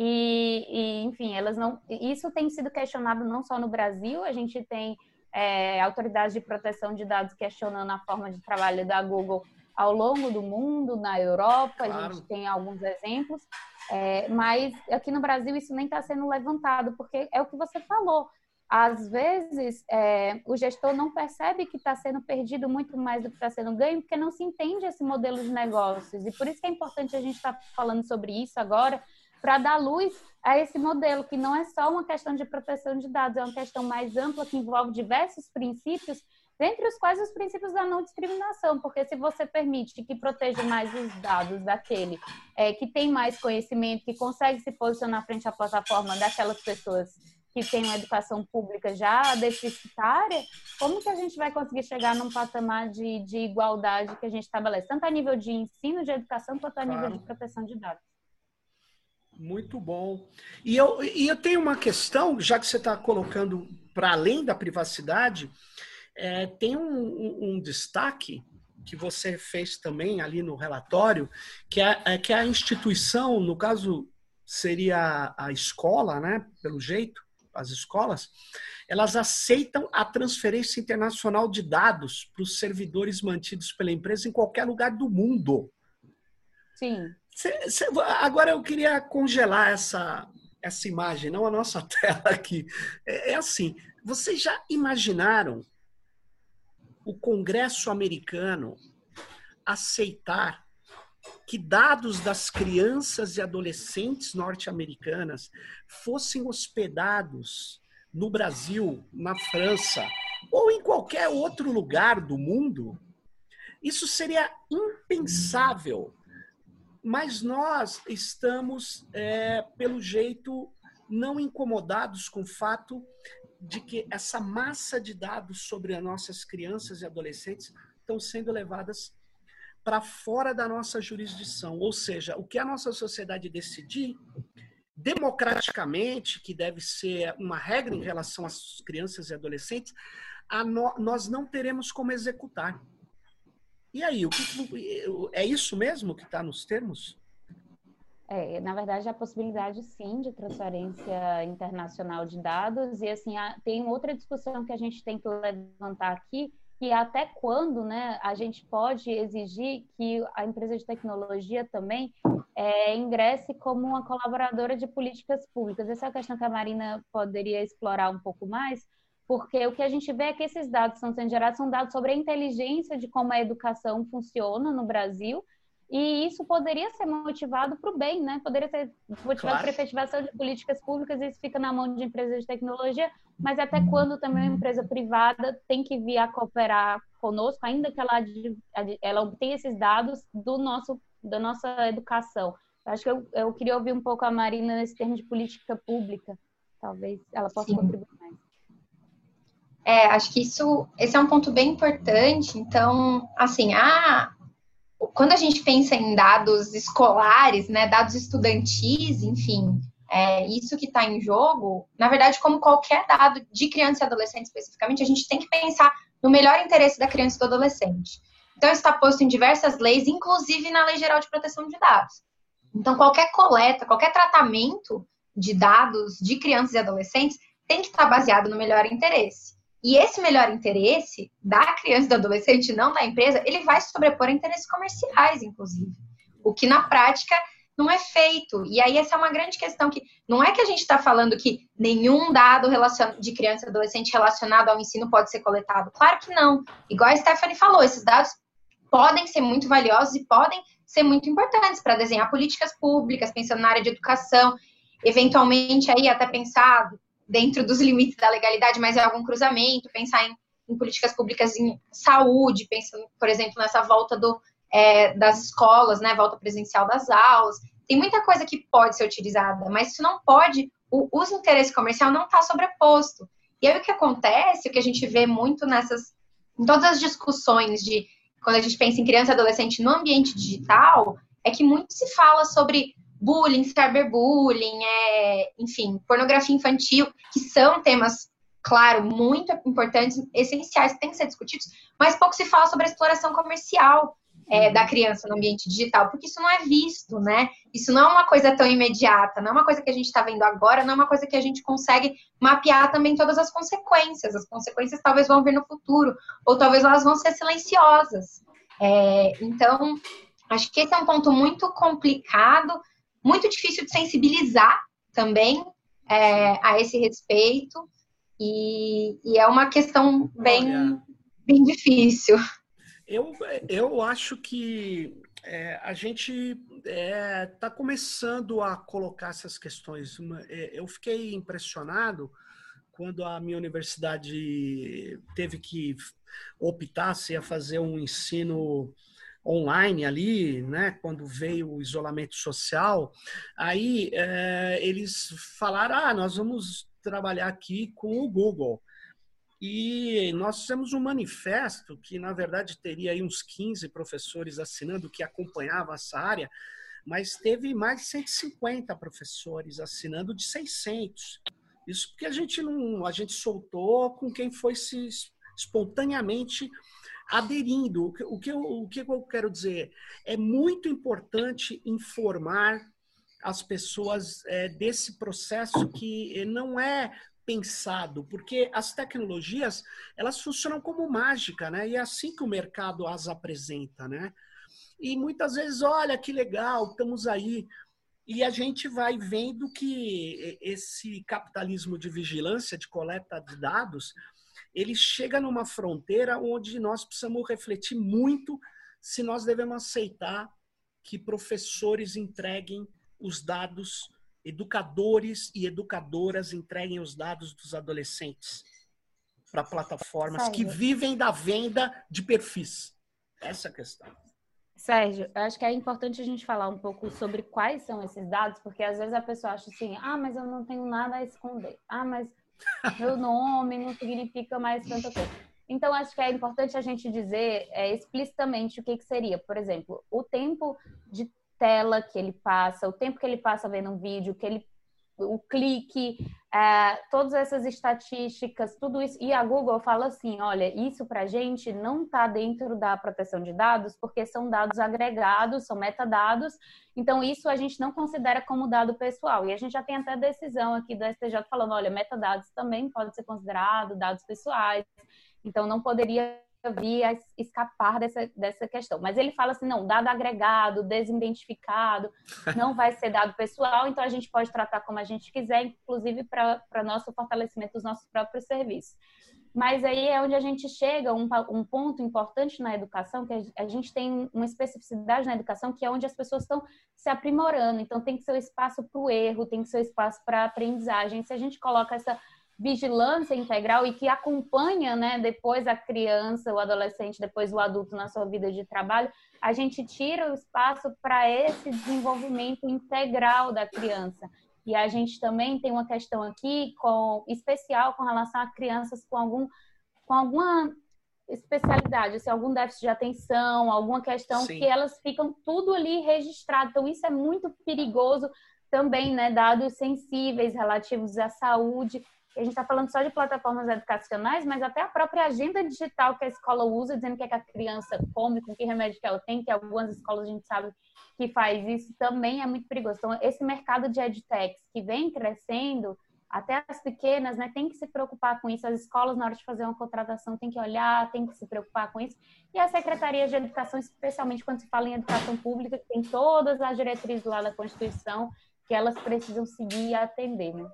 enfim, elas não... Isso tem sido questionado não só no Brasil, a gente tem autoridades de proteção de dados questionando a forma de trabalho da Google ao longo do mundo, na Europa, a gente tem alguns exemplos, mas aqui no Brasil isso nem está sendo levantado, porque é o que você falou. Às vezes, o gestor não percebe que está sendo perdido muito mais do que está sendo ganho, porque não se entende esse modelo de negócios. E por isso que é importante a gente estar falando sobre isso agora, para dar luz a esse modelo, que não é só uma questão de proteção de dados, é uma questão mais ampla, que envolve diversos princípios, dentre os quais os princípios da não discriminação, porque se você permite que proteja mais os dados daquele que tem mais conhecimento, que consegue se posicionar frente à plataforma daquelas pessoas que tem uma educação pública já deficitária, como que a gente vai conseguir chegar num patamar de igualdade que a gente estabelece, tanto a nível de ensino de educação, quanto a nível de proteção de dados? Muito bom. E eu tenho uma questão, já que você está colocando para além da privacidade, tem um destaque que você fez também ali no relatório, que é a instituição, no caso seria a escola, né, pelo jeito, as escolas, elas aceitam a transferência internacional de dados para os servidores mantidos pela empresa em qualquer lugar do mundo. Sim. Agora eu queria congelar essa imagem, não a nossa tela aqui. É assim, vocês já imaginaram o Congresso americano aceitar que dados das crianças e adolescentes norte-americanas fossem hospedados no Brasil, na França ou em qualquer outro lugar do mundo? Isso seria impensável. Mas nós estamos, pelo jeito, não incomodados com o fato de que essa massa de dados sobre as nossas crianças e adolescentes estão sendo levadas para fora da nossa jurisdição. Ou seja, o que a nossa sociedade decidir, democraticamente, que deve ser uma regra em relação às crianças e adolescentes, nós não teremos como executar. E aí, é isso mesmo que está nos termos? Na verdade, a possibilidade, sim, de transferência internacional de dados. E, assim, tem outra discussão que a gente tem que levantar aqui, que é até quando, né, a gente pode exigir que a empresa de tecnologia também ingresse como uma colaboradora de políticas públicas. Essa é a questão que a Marina poderia explorar um pouco mais, porque o que a gente vê é que esses dados que estão sendo gerados são dados sobre a inteligência de como a educação funciona no Brasil, e isso poderia ser motivado para o bem, né? Poderia ser motivado Claro. para efetivação de políticas públicas, e isso fica na mão de empresas de tecnologia, mas até quando também uma empresa privada tem que vir a cooperar conosco, ainda que ela obtenha esses dados da nossa educação. Acho que eu queria ouvir um pouco a Marina nesse termo de política pública. Talvez ela possa contribuir mais. Acho que esse é um ponto bem importante. Então, assim, quando a gente pensa em dados escolares, né, dados estudantis, enfim, isso que está em jogo, na verdade, como qualquer dado de criança e adolescente especificamente, a gente tem que pensar no melhor interesse da criança e do adolescente. Então, isso está posto em diversas leis, inclusive na Lei Geral de Proteção de Dados. Então, qualquer coleta, qualquer tratamento de dados de crianças e adolescentes tem que estar baseado no melhor interesse. E esse melhor interesse da criança e do adolescente, não da empresa, ele vai se sobrepor a interesses comerciais, inclusive. O que, na prática, não é feito. E aí, essa é uma grande questão que não é que a gente está falando que nenhum dado de criança e adolescente relacionado ao ensino pode ser coletado. Claro que não. Igual a Stephanie falou, esses dados podem ser muito valiosos e podem ser muito importantes para desenhar políticas públicas, pensando na área de educação, eventualmente aí até pensar dentro dos limites da legalidade, mas é algum cruzamento, pensar em políticas públicas em saúde, pensando, por exemplo, nessa volta das escolas, né, volta presencial das aulas. Tem muita coisa que pode ser utilizada, mas isso não pode, o interesse comercial não está sobreposto. E aí o que acontece, o que a gente vê muito em todas as discussões quando a gente pensa em criança e adolescente no ambiente digital, é que muito se fala sobre bullying, cyberbullying, enfim, pornografia infantil, que são temas, claro, muito importantes, essenciais, que têm que ser discutidos, mas pouco se fala sobre a exploração comercial da criança no ambiente digital, porque isso não é visto, né? Isso não é uma coisa tão imediata, não é uma coisa que a gente está vendo agora, não é uma coisa que a gente consegue mapear também todas as consequências. As consequências talvez vão vir no futuro, ou talvez elas vão ser silenciosas. Então, acho que esse é um ponto muito complicado, muito difícil de sensibilizar também a esse respeito, e é uma questão bem difícil. Eu acho que a gente está começando a colocar essas questões. Eu fiquei impressionado quando a minha universidade teve que optar se ia fazer um ensino online ali, né, quando veio o isolamento social. Aí eles falaram, nós vamos trabalhar aqui com o Google. E nós fizemos um manifesto que, na verdade, teria aí uns 15 professores assinando que acompanhavam essa área, mas teve mais de 150 professores assinando de 600. Isso porque a gente soltou com quem foi se espontaneamente aderindo. O que eu quero dizer? É muito importante informar as pessoas desse processo que não é pensado, porque as tecnologias, elas funcionam como mágica, né? E é assim que o mercado as apresenta, né? E muitas vezes, olha que legal, estamos aí. E a gente vai vendo que esse capitalismo de vigilância, de coleta de dados, ele chega numa fronteira onde nós precisamos refletir muito se nós devemos aceitar que professores entreguem os dados, educadores e educadoras entreguem os dados dos adolescentes para plataformas que vivem da venda de perfis. Essa é a questão. Sérgio, eu acho que é importante a gente falar um pouco sobre quais são esses dados, porque às vezes a pessoa acha assim, mas eu não tenho nada a esconder. Mas meu nome não significa mais tanta coisa. Então, acho que é importante a gente dizer explicitamente o que seria. Por exemplo, o tempo de tela que ele passa, o tempo que ele passa vendo um vídeo, que ele o clique, todas essas estatísticas, tudo isso. E a Google fala assim, olha, isso para a gente não está dentro da proteção de dados, porque são dados agregados, são metadados, então isso a gente não considera como dado pessoal. E a gente já tem até decisão aqui do STJ falando, olha, metadados também podem ser considerados dados pessoais, então não poderia vir a escapar dessa questão. Mas ele fala assim, não, dado agregado, desidentificado, não vai ser dado pessoal, então a gente pode tratar como a gente quiser, inclusive para nosso fortalecimento dos nossos próprios serviços. Mas aí é onde a gente chega, um ponto importante na educação, que a gente tem uma especificidade na educação, que é onde as pessoas estão se aprimorando. Então tem que ser o espaço para o erro, tem que ser o espaço para a aprendizagem. Se a gente coloca essa vigilância integral e que acompanha, né, depois a criança, o adolescente, depois o adulto na sua vida de trabalho, a gente tira o espaço para esse desenvolvimento integral da criança. E a gente também tem uma questão aqui especial com relação a crianças com alguma especialidade, assim, algum déficit de atenção, alguma questão. Sim. Que elas ficam tudo ali registrado. Então isso é muito perigoso também, né, dados sensíveis relativos à saúde. A gente está falando só de plataformas educacionais, mas até a própria agenda digital que a escola usa, dizendo o que a criança come, com que remédio que ela tem, que algumas escolas a gente sabe que faz isso, também é muito perigoso. Então, esse mercado de edtechs que vem crescendo, até as pequenas, né, tem que se preocupar com isso. As escolas, na hora de fazer uma contratação, tem que olhar, tem que se preocupar com isso. E as secretarias de educação, especialmente quando se fala em educação pública, tem todas as diretrizes lá da Constituição que elas precisam seguir e atender, né?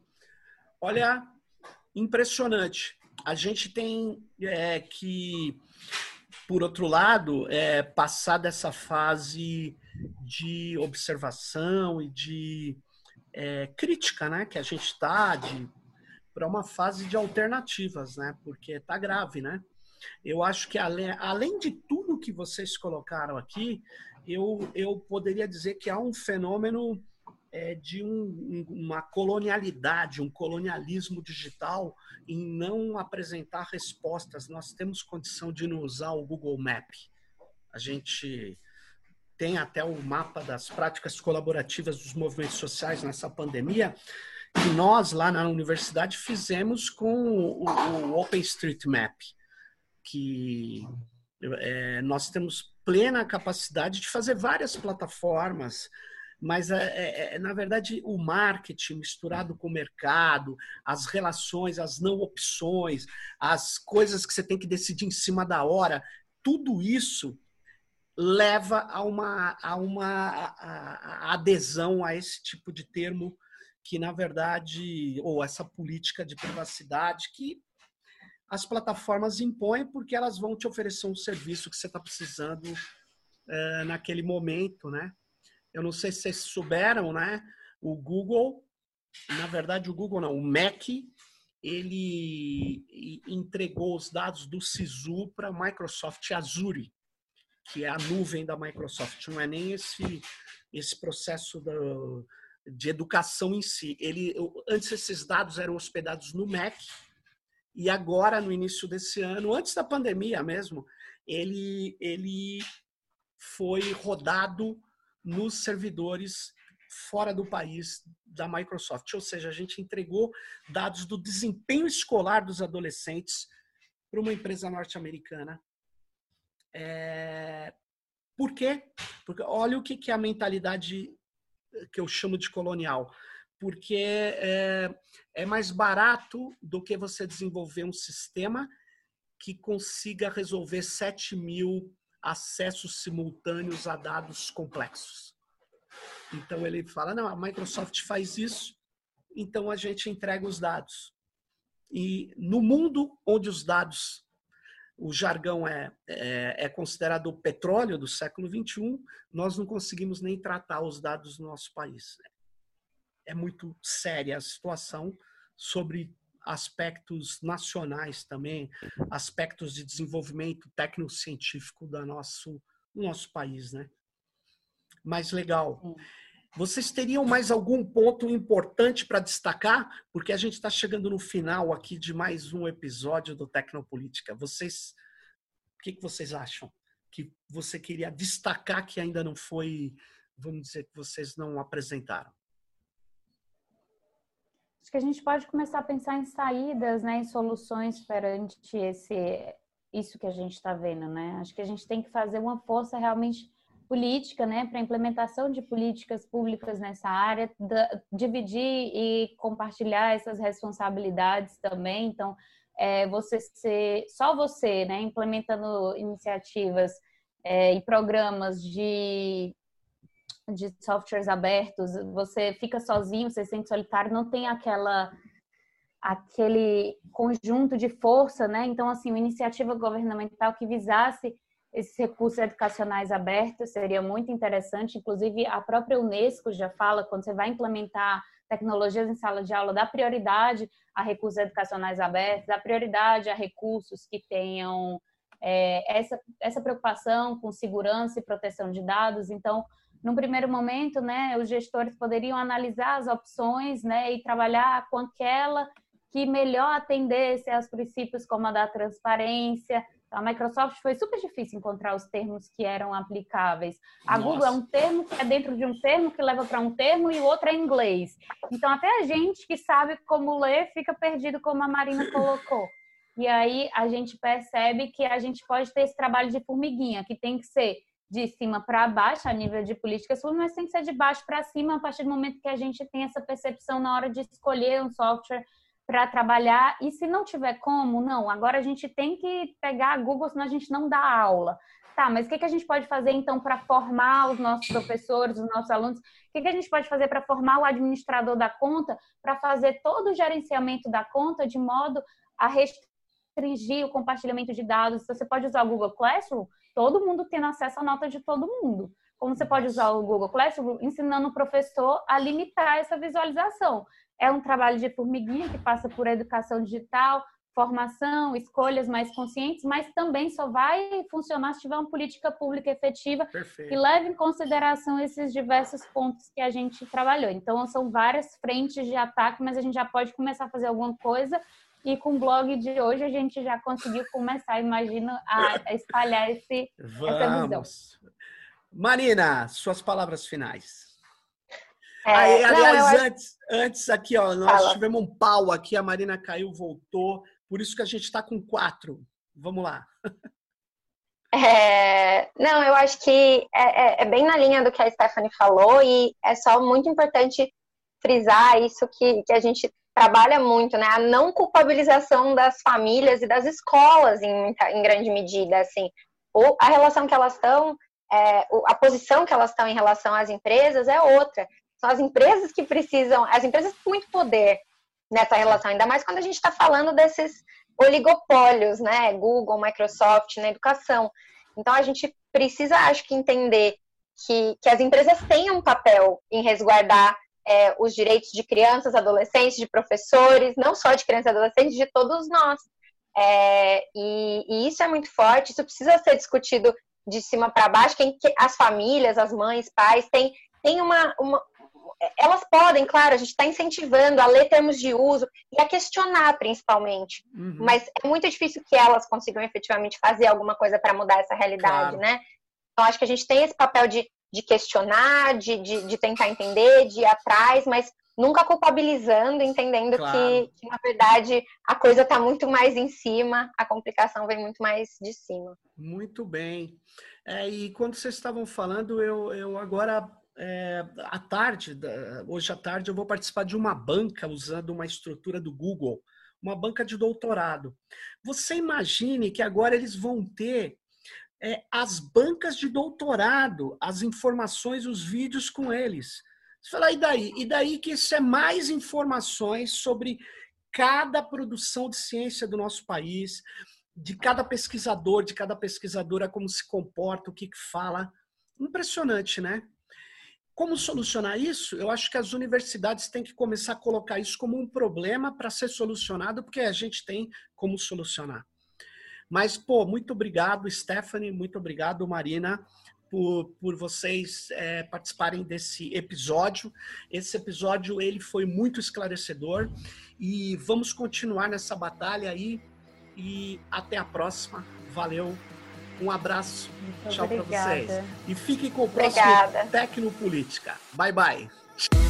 Olha, impressionante. A gente tem que, por outro lado, passar dessa fase de observação e de crítica, né, que a gente está, para uma fase de alternativas, né, porque está grave, né? Eu acho que, além de tudo que vocês colocaram aqui, eu poderia dizer que há um fenômeno de uma colonialidade, um colonialismo digital em não apresentar respostas. Nós temos condição de não usar o Google Map. A gente tem até o mapa das práticas colaborativas dos movimentos sociais nessa pandemia, que nós, lá na universidade, fizemos com o OpenStreetMap, que nós temos plena capacidade de fazer várias plataformas, mas, na verdade, o marketing misturado com o mercado, as relações, as não opções, as coisas que você tem que decidir em cima da hora, tudo isso leva a uma adesão a esse tipo de termo que, na verdade, ou essa política de privacidade que as plataformas impõem porque elas vão te oferecer um serviço que você está precisando naquele momento, né? Eu não sei se vocês souberam, né? O Google, na verdade o Google não, o MEC, ele entregou os dados do SISU para a Microsoft Azure, que é a nuvem da Microsoft. Não é nem esse processo de educação em si. Antes esses dados eram hospedados no MEC, e agora, no início desse ano, antes da pandemia mesmo, ele foi rodado nos servidores fora do país da Microsoft. Ou seja, a gente entregou dados do desempenho escolar dos adolescentes para uma empresa norte-americana. Por quê? Porque olha o que é a mentalidade que eu chamo de colonial. Porque é mais barato do que você desenvolver um sistema que consiga resolver 7.000 acessos simultâneos a dados complexos. Então ele fala, não, a Microsoft faz isso, então a gente entrega os dados. E no mundo onde os dados, o jargão é considerado o petróleo do século XXI, nós não conseguimos nem tratar os dados no nosso país. É muito séria a situação sobre aspectos nacionais também, aspectos de desenvolvimento técnico-científico do nosso país, né? Mas legal. Vocês teriam mais algum ponto importante para destacar? Porque a gente está chegando no final aqui de mais um episódio do Tecnopolítica. O que vocês acham? Que você queria destacar que ainda não foi, vamos dizer, que vocês não apresentaram? acho que a gente pode começar a pensar em saídas, né, em soluções perante isso que a gente está vendo, né? Acho que a gente tem que fazer uma força realmente política, né, para a implementação de políticas públicas nessa área, dividir e compartilhar essas responsabilidades também. Então, só você, né, implementando iniciativas e programas de softwares abertos, você fica sozinho, você se sente solitário, não tem aquele conjunto de força, né? Então, assim, uma iniciativa governamental que visasse esses recursos educacionais abertos seria muito interessante. Inclusive, a própria Unesco já fala, quando você vai implementar tecnologias em sala de aula, dá prioridade a recursos educacionais abertos, dá prioridade a recursos que tenham essa preocupação com segurança e proteção de dados. Então, num primeiro momento, né, os gestores poderiam analisar as opções, né, e trabalhar com aquela que melhor atendesse aos princípios como a da transparência. A Microsoft foi super difícil encontrar os termos que eram aplicáveis. A Google é um termo que é dentro de um termo que leva para um termo e o outro é inglês. Então, até a gente que sabe como ler fica perdido, como a Marina colocou. E aí a gente percebe que a gente pode ter esse trabalho de formiguinha, que tem que ser de cima para baixo, a nível de políticas públicas, mas tem que ser de baixo para cima, a partir do momento que a gente tem essa percepção na hora de escolher um software para trabalhar. E se não tiver como, não, agora a gente tem que pegar a Google, senão a gente não dá aula. Tá, mas o que a gente pode fazer, então, para formar os nossos professores, os nossos alunos? O que a gente pode fazer para formar o administrador da conta, para fazer todo o gerenciamento da conta de modo a restringir o compartilhamento de dados? Você pode usar o Google Classroom, todo mundo tendo acesso à nota de todo mundo. Como você pode usar o Google Classroom, ensinando o professor a limitar essa visualização. É um trabalho de formiguinha que passa por educação digital, formação, escolhas mais conscientes, mas também só vai funcionar se tiver uma política pública efetiva. Perfeito. Que leve em consideração esses diversos pontos que a gente trabalhou. Então, são várias frentes de ataque, mas a gente já pode começar a fazer alguma coisa. E com o blog de hoje a gente já conseguiu começar, imagino, a espalhar essa visão. Marina, suas palavras finais. Aliás, antes aqui, ó, nós tivemos um pau aqui, a Marina caiu, voltou, por isso que a gente está com 4. Vamos lá. Não, eu acho que é bem na linha do que a Stephanie falou, e é só muito importante frisar isso que a gente trabalha muito, né? A não culpabilização das famílias e das escolas em grande medida, assim. A relação que elas estão, a posição que elas estão em relação às empresas é outra. São as empresas que precisam, as empresas têm muito poder nessa relação, ainda mais quando a gente está falando desses oligopólios, né? Google, Microsoft na educação. Então, a gente precisa, acho que, entender que as empresas têm um papel em resguardar os direitos de crianças, adolescentes, de professores, não só de crianças e adolescentes, de todos nós. E isso é muito forte, isso precisa ser discutido de cima para baixo. As famílias, as mães, pais, têm elas podem, claro, a gente está incentivando a ler termos de uso e a questionar, principalmente. Uhum. Mas é muito difícil que elas consigam efetivamente fazer alguma coisa para mudar essa realidade, claro, né? Então, acho que a gente tem esse papel de questionar, de tentar entender, de ir atrás, mas nunca culpabilizando, entendendo, claro, que, na verdade, a coisa está muito mais em cima, a complicação vem muito mais de cima. Muito bem. E quando vocês estavam falando, eu agora... hoje à tarde eu vou participar de uma banca usando uma estrutura do Google, uma banca de doutorado. Você imagine que agora eles vão ter as bancas de doutorado, as informações, os vídeos com eles. Você fala, e daí? E daí que isso é mais informações sobre cada produção de ciência do nosso país, de cada pesquisador, de cada pesquisadora, como se comporta, o que fala. Impressionante, né? Como solucionar isso? Eu acho que as universidades têm que começar a colocar isso como um problema para ser solucionado, porque a gente tem como solucionar. Mas, muito obrigado, Stephanie, muito obrigado, Marina, por vocês participarem desse episódio. Esse episódio ele foi muito esclarecedor e vamos continuar nessa batalha aí e até a próxima. Valeu! Um abraço, tchau para vocês. E fiquem com o próximo Tecnopolítica. Bye, bye.